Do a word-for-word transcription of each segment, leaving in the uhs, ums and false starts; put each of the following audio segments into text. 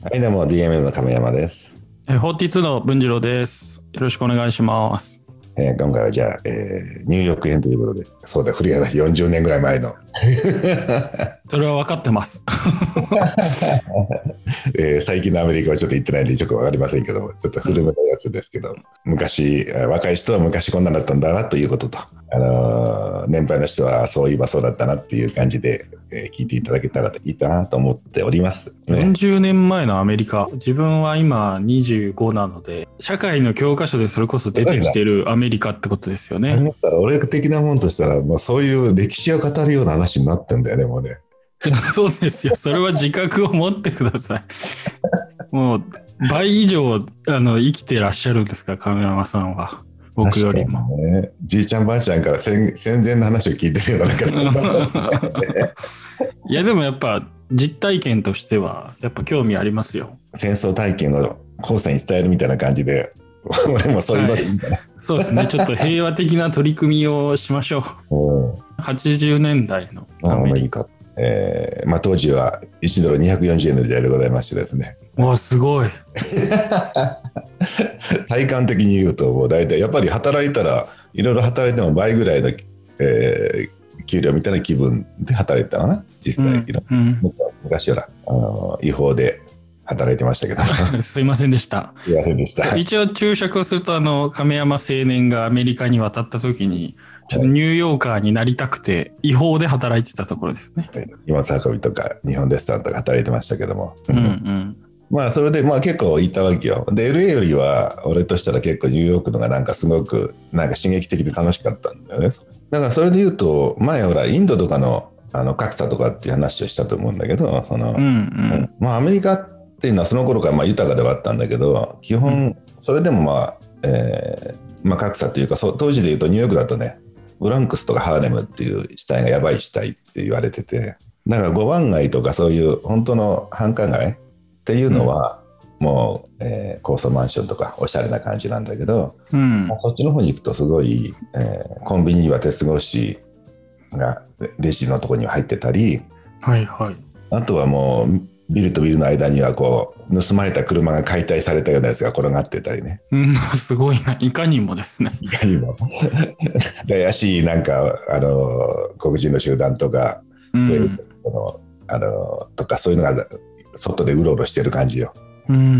はい、どうも ディーエムエム の亀山です。 えー、フォーティーツーの文次郎です。よろしくお願いします。 えー、今回はじゃあ、えー、ニューヨーク編ということで、そうだ、古谷さんよんじゅうねんぐらい前の。 それは分かってます。 えー、最近のアメリカはちょっと行ってないんでちょっと分かりませんけど、ちょっと古めのやつですけど、うん、昔、若い人は昔こんなだったんだなということと、あのー、年配の人はそういえばそうだったなっていう感じで、えー、聞いていただけたらいいかなと思っております、 ね。よんじゅうねんまえのアメリカ、自分は今にじゅうごなので、社会の教科書でそれこそ出てきてるアメリカってことですよね。 俺的なもんとしたら、もうそういう歴史を語るような話になってんだよね、もうね。 そうですよ。それは自覚を持ってください。もう倍以上あの生きてらっしゃるんですか、亀山さんは。僕よりも。 ね、じいちゃんばあちゃんから戦前の話を聞いてるようないやでもやっぱ実体験としてはやっぱ興味ありますよ。 戦争体験を後世に伝えるみたいな感じで、俺もそういうのでいいんだな、はい、 そうですね。ちょっと平和的な取り組みをしましょう。はちじゅうねんだいのアメリカ。 えーまあ、当時はいちドルにひゃくよんじゅうえんの時代でございましてですね。 わあ、すごい。 体感的に言うともう大体やっぱり働いたらいろいろ働いても倍ぐらいの、えー、給料みたいな気分で働いてたのな実際、うんうん、昔はあの違法で働いてましたけどすいませんでした。 すいませんでした。 一応注釈をすると、あの亀山青年がアメリカに渡った時にちょっとニューヨーカーになりたくて違法で働いてたところですね。 荷物運びとか日本レストランとか働いてましたけども、 うんうん、 まあそれでまあ結構いたわけよ。で エルエー よりは俺としたら結構ニューヨークのがなんかすごくなんか刺激的で楽しかったんだよね。だからそれで言うと前ほらインドとかのあの格差とかっていう話をしたと思うんだけど、その、うんうん、まあアメリカっていうのはその頃からまあ豊かではあったんだけど、基本それでもまあ、えー、まあ格差というか当時で言うとニューヨークだとね、ブロンクスとかハーレムっていう地帯がやばい地帯って言われてて、だから五番街とかそういう本当の繁華街っていうのは、うん、もう、えー、高層マンションとかおしゃれな感じなんだけど、うんまあ、そっちの方に行くとすごい、えー、コンビニには鉄格子がレジのところに入ってたり、 はいはい、 あとはもうビルとビルの間にはこう盗まれた車が解体されたようなやつが転がってたりね、 うん、すごいな。いかにもですね。 いかにも怪しいなんかあの黒人の集団とか、うん、のあのとかそういうのが外でうろうろしてる感じよ、 うんうんうん、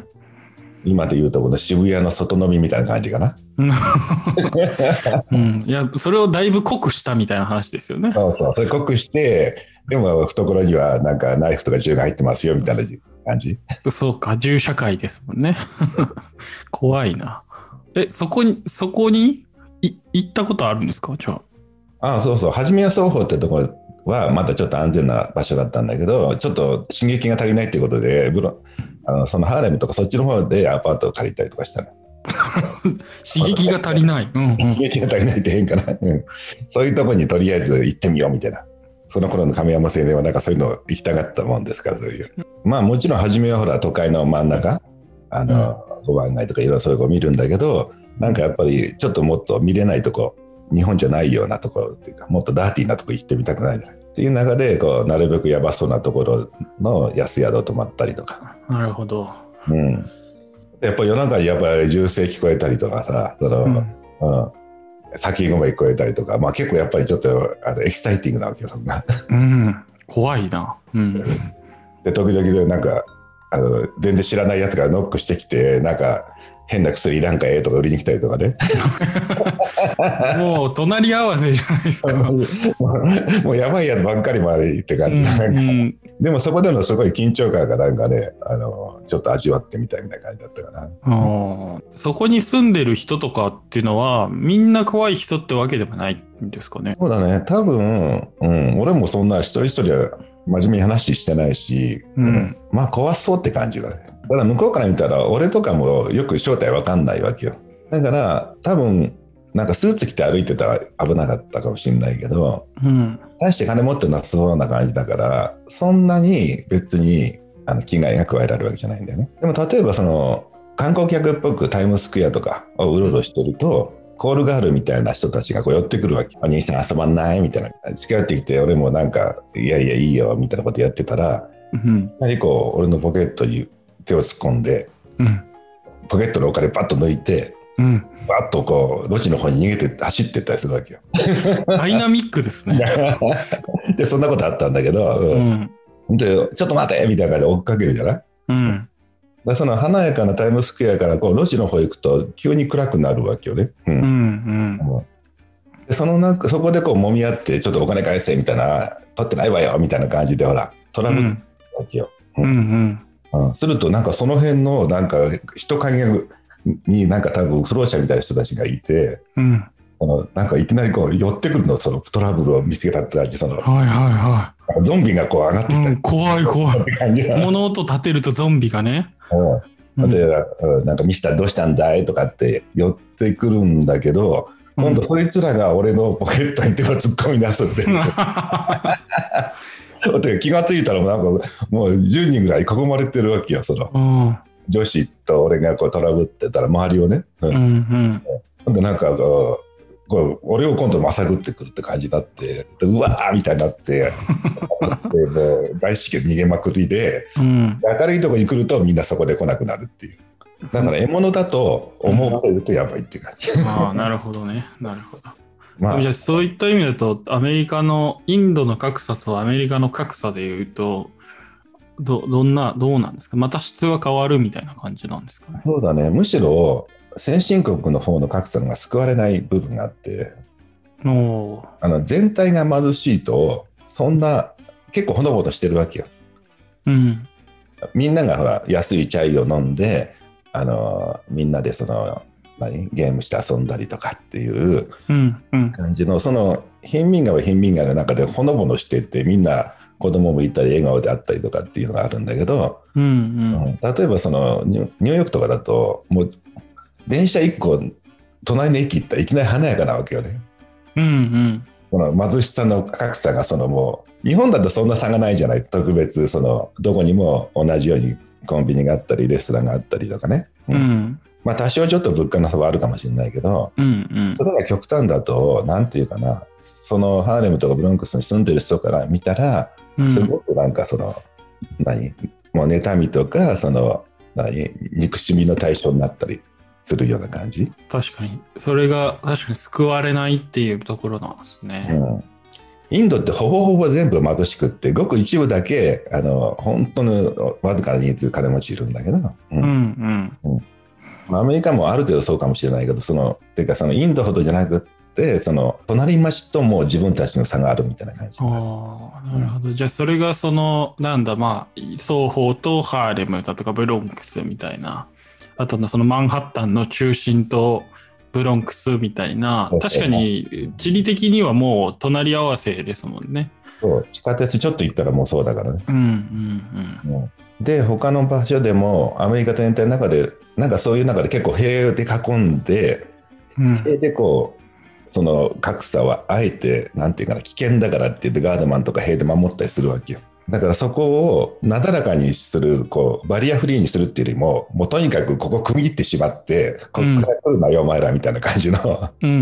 今で言うとこの渋谷の外飲みみたいな感じかな、 うん、いやそれをだいぶ濃くしたみたいな話ですよね。 そうそう、それ濃くしてでも懐にはなんかナイフとか銃が入ってますよみたいな感じ。 そうか、銃社会ですもんね。怖いな。え、そこにそこにい行ったことあるんですか？じゃあ。 ああ、そうそう、はじめや双方ってところはまだちょっと安全な場所だったんだけど、ちょっと刺激が足りないっていうことでブロあのそのハーレムとかそっちの方でアパートを借りたりとかしたの。 刺激が足りない、うんうん、 刺激が足りないって変かな、うん、そういうところにとりあえず行ってみようみたいな。その頃の亀山青年はなんかそういうの行きたかったもんですから、そういうまあもちろん初めはほら都会の真ん中あの、うん、五番街とかいろいろそういうとこ見るんだけど、なんかやっぱりちょっともっと見れないとこ、日本じゃないようなところっていうかもっとダーティーなとこ行ってみたくないじゃないっていう中でこうなるべくやばそうなところの安宿泊まったりとか。 なるほど、 うん、やっぱり夜中にやっぱり銃声聞こえたりとかさ、その、うんうん叫び声聞こえたりとか、まあ、結構やっぱりちょっとあのエキサイティングなわけよ、そんな、 うん、怖いな、うん、 で時々でなんかあの全然知らないやつがノックしてきてなんか変な薬いらんかえとか売りに来たりとかねもう隣り合わせじゃないですかもうやばいやつばっかりもあるって感じ、うんなんか、うん、でもそこでのすごい緊張感がなんかねあのちょっと味わってみたいみたいな感じだったかな。 あそこに住んでる人とかっていうのはみんな怖い人ってわけでもないんですかね。 そうだね、多分、うん、俺もそんな一人一人は真面目に話してないし、うんうん、まあ怖そうって感じだね。ただ向こうから見たら俺とかもよく正体わかんないわけよ。だから多分なんかスーツ着て歩いてたら危なかったかもしれないけど、うん、大して金持ってなさそうな感じだからそんなに別にあの危害が加えられるわけじゃないんだよね。でも例えばその観光客っぽくタイムスクエアとかをうろうろしてると、うん、コールガールみたいな人たちがこう寄ってくるわけ。お兄さん遊ばんないみたいな近寄ってきて俺もなんかいやいやいいよみたいなことやってたらうん、 やはりこう俺のポケットに手を突っ込んで、 うん、 ポケットのお金パッと抜いて、 うん、 バッとこう路地の方に逃げて走っていったりするわけよ。 ダイナミックですね。 でそんなことあったんだけど、 ううんん、 でちょっと待てみたいな感じで追っかけるじゃない。 うん、 でその華やかなタイムスクエアからこう路地の方行くと急に暗くなるわけよね。うんうん、うん、 でそのなんかそこでこう揉み合ってちょっとお金返せみたいな、取ってないわよみたいな感じでほらトラブルわけよ。 うん、うん、 うん、するとなんかその辺のなんか人影になんか多分不老者みたいな人たちがいて、 うん、 そのなんかいきなりこう寄ってくるの、そのトラブルを見つけたって感じ、そのはいはいはゾンビがこう上がってきい。 たり、 うん、怖い怖い。 って感じなの。 物音立てるとゾンビがね。 うん、で、うん、なんかミスターどうしたんだいとかって寄ってくるんだけど、今度そいつらが俺のポケットに手を突っ込み出すってで気がついたらなんかもうじゅうにんぐらい囲まれてるわけよ、その、うん、女子と俺がこうトラブってたら周りをね、うんうんうん、でなんかこうこう俺を今度まさぐってくるって感じになって、でうわーみたいになってでもう大至急逃げまくりで、うん、明るいところに来るとみんなそこで来なくなるっていう。だから獲物だと思われるとやばいっていう感じ、うん、 ああなるほどね、なるほど。まあ、じゃあそういった意味だとアメリカのインドの格差とアメリカの格差でいうと ど, どんなどうなんですか。また質は変わるみたいな感じなんですかね。 そうだね、むしろ先進国の方の格差のが救われない部分があって、おあの全体が貧しいとそんな結構ほのぼのしてるわけよ、うん、みんながほら安いチャイを飲んであのみんなでその何ゲームして遊んだりとかっていう感じの、うんうん、その貧民街は貧民街の中でほのぼのしてってみんな子供もいたり笑顔であったりとかっていうのがあるんだけど、うんうんうん、例えばそのニューヨークとかだともう電車いっこ隣の駅行ったらいきなり華やかなわけよね、うんうん、その貧しさの格差がそのもう日本だとそんな差がないじゃない。特別そのどこにも同じようにコンビニがあったりレストランがあったりとかね、うんうんまあ、多少ちょっと物価の差はあるかもしれないけど、うんうん、それが極端だとなんていうかな、そのハーレムとかブロンクスに住んでる人から見たら、うん、すごくなんかその何もう妬みとかその何憎しみの対象になったりするような感じ。確かにそれが確かに救われないっていうところなんですね、うん、インドってほぼほぼ全部貧しくってごく一部だけあの本当のわずかな人数金持ちいるんだけど、うんうんうんうん、アメリカもある程度そうかもしれないけど、そのていうかそのインドほどじゃなくってその隣町とも自分たちの差があるみたいな感じ。ああなるほど、うん、じゃあそれがそのなんだまあ双方とハーレムだとかブロンクスみたいな、あとのそのマンハッタンの中心とブロンクスみたいな、確かに地理的にはもう隣り合わせですもんね。そう地下鉄ちょっと行ったらもうそうだからね、うんうんうん、で他の場所でもアメリカ全体の中でなんかそういう中で結構塀で囲んで、うん、塀でこうその格差はあえてなんていうかな危険だからって言ってガードマンとか塀で守ったりするわけよ。だからそこをなだらかにするこうバリアフリーにするっていうよりももうとにかくここ区切ってしまってここから来るなよ、うん、お前らみたいな感じのうん、うん、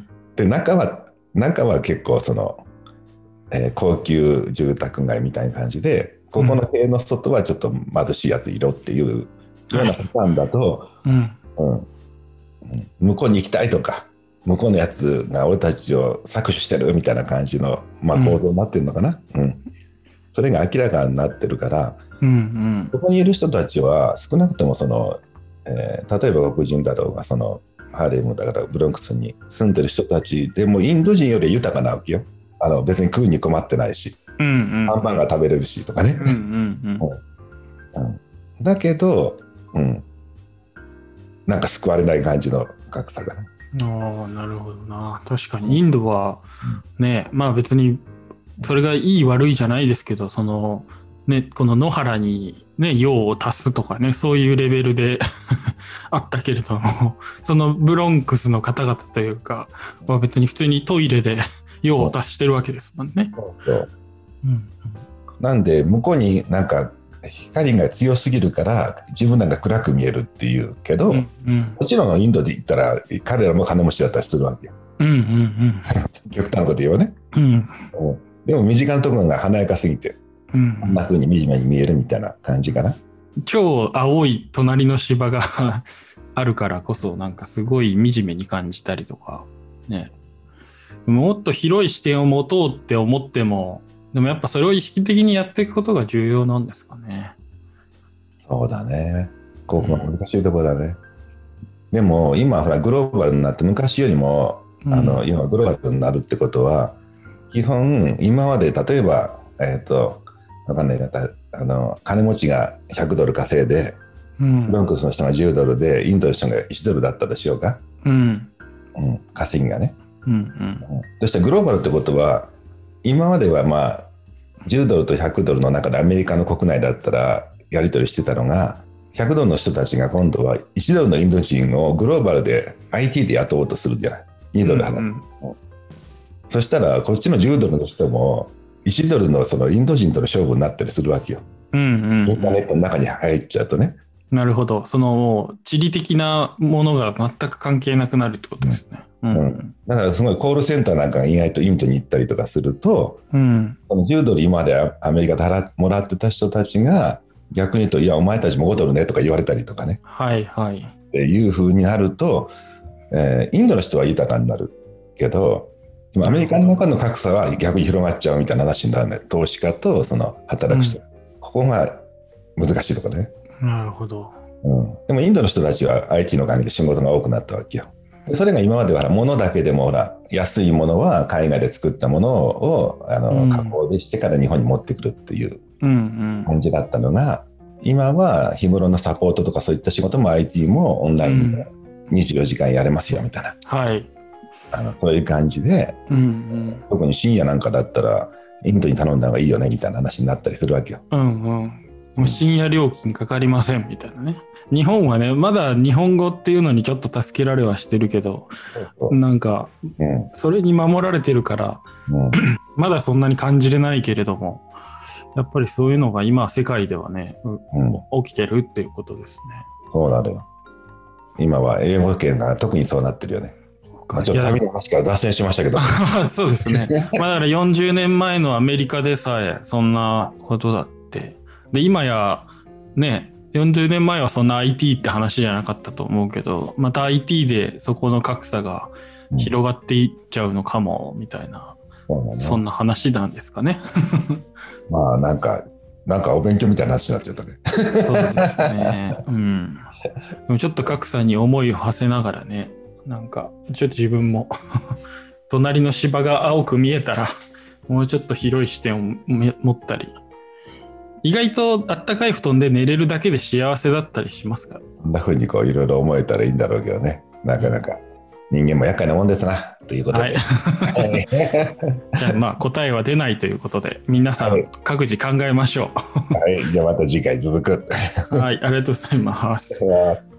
で中は中は結構その、えー、高級住宅街みたいな感じでここの塀の外はちょっと貧しいやついろっていうようなパターンだと、うんうん、向こうに行きたいとか向こうのやつが俺たちを搾取してるみたいな感じの、まあ、構造になってるのかな、うんうん、それが明らかになってるから、うんうん、そこにいる人たちは少なくともその、えー、例えば黒人だろうがそのハーレムだからブロンクスに住んでる人たちでもインド人より豊かなわけよ。あの別に食うに困ってないし、うんうん、ハンバーガー食べれるしとかね、うんうんうんうん、だけど、うん、なんか救われない感じの格差がね。ああなるほどな。確かにインドはね、まあ別にそれがいい悪いじゃないですけど、そのねこの野原にね用を足すとかねそういうレベルであったけれども、そのブロンクスの方々というかは別に普通にトイレで用を足してるわけですもんね。そうそう、うんうん、なんで向こうになんか光が強すぎるから自分なんか暗く見えるっていうけど、うんうん、もちろんインドで行ったら彼らも金持ちだったりするわけよ、うんうんうん、極端なこと言えばね、うん、でも身近なところが華やかすぎて、 うん、 こんな風に惨めに見えるみたいな感じかな。 超青い隣の芝があるからこそなんかすごい惨めに感じたりとかね。もっと広い視点を持とうって思っても、でもやっぱそれを意識的にやっていくことが重要なんですかね。 そうだね。ここが難しいところだね。うん、でも今ほらグローバルになって昔よりも、うん、あの今グローバルになるってことは基本今まで例えばえっ、ー、とわかんないなあの金持ちがひゃくドル稼いで、うん、ブロンクスの人がじゅうドルでインドの人がいちドルだったでしょうか、うんうん、稼ぎがね、うんうん、そしてグローバルってことは今まではまあじゅうドルとひゃくドルの中でアメリカの国内だったらやり取りしてたのがひゃくドルの人たちが今度はいちドルのインド人をグローバルで アイティー で雇おうとするんじゃない、にドル払って、うんうん、そしたらこっちのじゅうドルの人もいちドル の, そのインド人との勝負になったりするわけよ、うんうんうん、インターネットの中に入っちゃうとね。 なるほど、その地理的なものが全く関係なくなるってことですね、うんうんうん、 だからすごいコールセンターなんかが意外とインドに行ったりとかすると、うん、そのじゅうドル今までアメリカで払もらってた人たちが逆に言うといやお前たちもごドルねとか言われたりとかね、 はいはい、 っていう風になると、えー、インドの人は豊かになるけどアメリカの中の格差は逆に広がっちゃうみたいな話になるね。投資家とその働く人、うん、ここが難しいところね。 なるほど、 うん、でもインドの人たちは アイティー の関係で仕事が多くなったわけよ。でそれが今までは物だけでもほら安いものは海外で作ったものをあの、うん、加工でしてから日本に持ってくるっていう感じだったのが、うんうん、今は氷室のサポートとかそういった仕事も アイティー もオンラインでにじゅうよじかんやれますよみたいな、 うん、はい、 あのそういう感じで、うんうん、特に深夜なんかだったらインドに頼んだ方がいいよねみたいな話になったりするわけよ、 うんうん、もう深夜料金かかりませんみたいなね。日本はねまだ日本語っていうのにちょっと助けられはしてるけど、そうそうなんか、うん、それに守られてるから、うん、まだそんなに感じれないけれどもやっぱりそういうのが今世界ではね、うん、起きてるっていうことですね。 そうなるよ。今は英語圏が特にそうなってるよね。まあ、ちょっと旅の話から脱線しましたけどそうですね、まあ、だからよんじゅうねんまえのアメリカでさえそんなことだってで今やねよんじゅうねんまえはそんな アイティー って話じゃなかったと思うけどまた アイティー でそこの格差が広がっていっちゃうのかもみたいな、うん、そんな話なんですかねまあなんかなんかお勉強みたいな話になっちゃったねそうですね、うん、でもちょっと格差に思いを馳せながらねなんかちょっと自分も隣の芝が青く見えたらもうちょっと広い視点を持ったり意外とあったかい布団で寝れるだけで幸せだったりしますからこんな風にこういろいろ思えたらいいんだろうけどねなかなか人間も厄介なもんですなということで、はい、 じゃあまあ答えは出ないということで皆さん各自考えましょうはい、じゃあまた次回続くはいありがとうございます